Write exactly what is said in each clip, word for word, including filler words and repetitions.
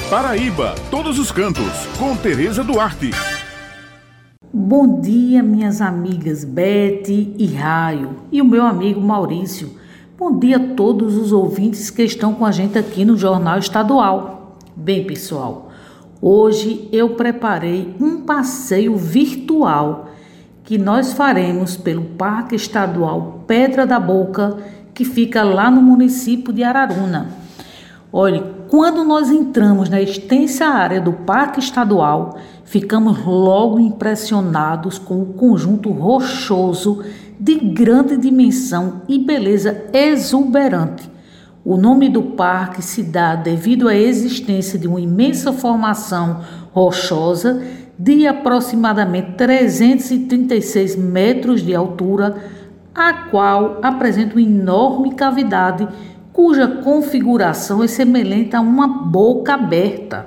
Paraíba, todos os cantos, com Tereza Duarte. Bom dia, minhas amigas Bete e Raio e o meu amigo Maurício. Bom dia a todos os ouvintes que estão com a gente aqui no Jornal Estadual. Bem, pessoal, hoje eu preparei um passeio virtual que nós faremos pelo Parque Estadual Pedra da Boca, que fica lá no município de Araruna. Olhe, quando nós entramos na extensa área do Parque Estadual, ficamos logo impressionados com o conjunto rochoso de grande dimensão e beleza exuberante. O nome do parque se dá devido à existência de uma imensa formação rochosa de aproximadamente trezentos e trinta e seis metros de altura, a qual apresenta uma enorme cavidade cuja configuração é semelhante a uma boca aberta.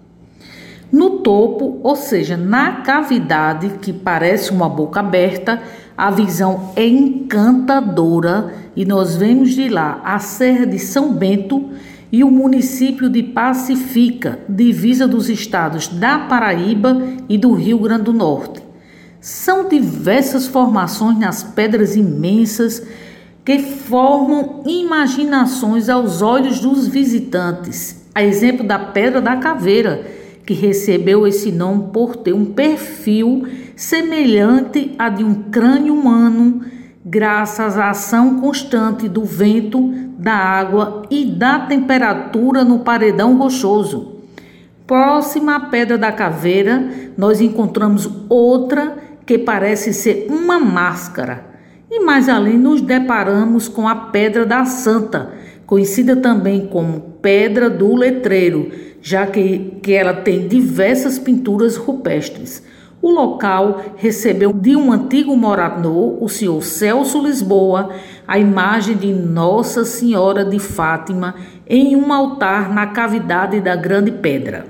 No topo, ou seja, na cavidade que parece uma boca aberta, a visão é encantadora e nós vemos de lá a Serra de São Bento e o município de Pacifica, divisa dos estados da Paraíba e do Rio Grande do Norte. São diversas formações nas pedras imensas que formam imaginações aos olhos dos visitantes. A exemplo da Pedra da Caveira, que recebeu esse nome por ter um perfil semelhante a de um crânio humano, graças à ação constante do vento, da água e da temperatura no paredão rochoso. Próxima à Pedra da Caveira, nós encontramos outra que parece ser uma máscara. E mais além nos deparamos com a Pedra da Santa, conhecida também como Pedra do Letreiro, já que, que ela tem diversas pinturas rupestres. O local recebeu de um antigo morador, o senhor Celso Lisboa, a imagem de Nossa Senhora de Fátima em um altar na cavidade da Grande Pedra.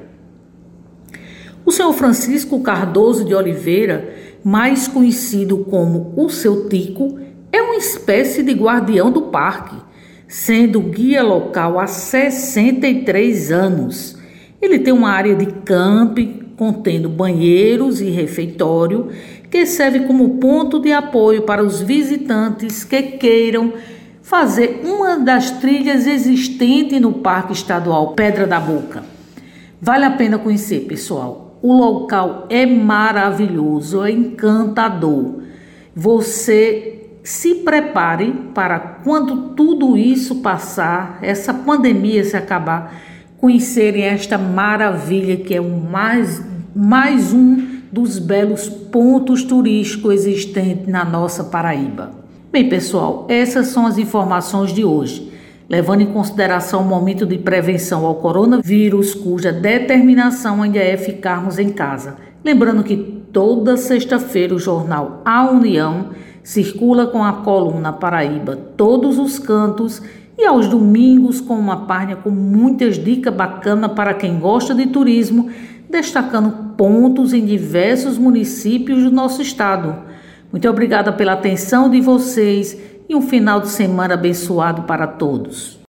O senhor Francisco Cardoso de Oliveira, mais conhecido como o seu Tico, é uma espécie de guardião do parque, sendo guia local há sessenta e três anos. Ele tem uma área de camping contendo banheiros e refeitório que serve como ponto de apoio para os visitantes que queiram fazer uma das trilhas existentes no Parque Estadual Pedra da Boca. Vale a pena conhecer, pessoal. O local é maravilhoso, é encantador. Você se prepare para quando tudo isso passar, essa pandemia se acabar, conhecerem esta maravilha que é um mais, mais um dos belos pontos turísticos existentes na nossa Paraíba. Bem, pessoal, essas são as informações de hoje, levando em consideração o momento de prevenção ao coronavírus, cuja determinação ainda é ficarmos em casa. Lembrando que toda sexta-feira o jornal A União circula com a coluna Paraíba Todos os Cantos e aos domingos com uma página com muitas dicas bacanas para quem gosta de turismo, destacando pontos em diversos municípios do nosso estado. Muito obrigada pela atenção de vocês e um final de semana abençoado para todos.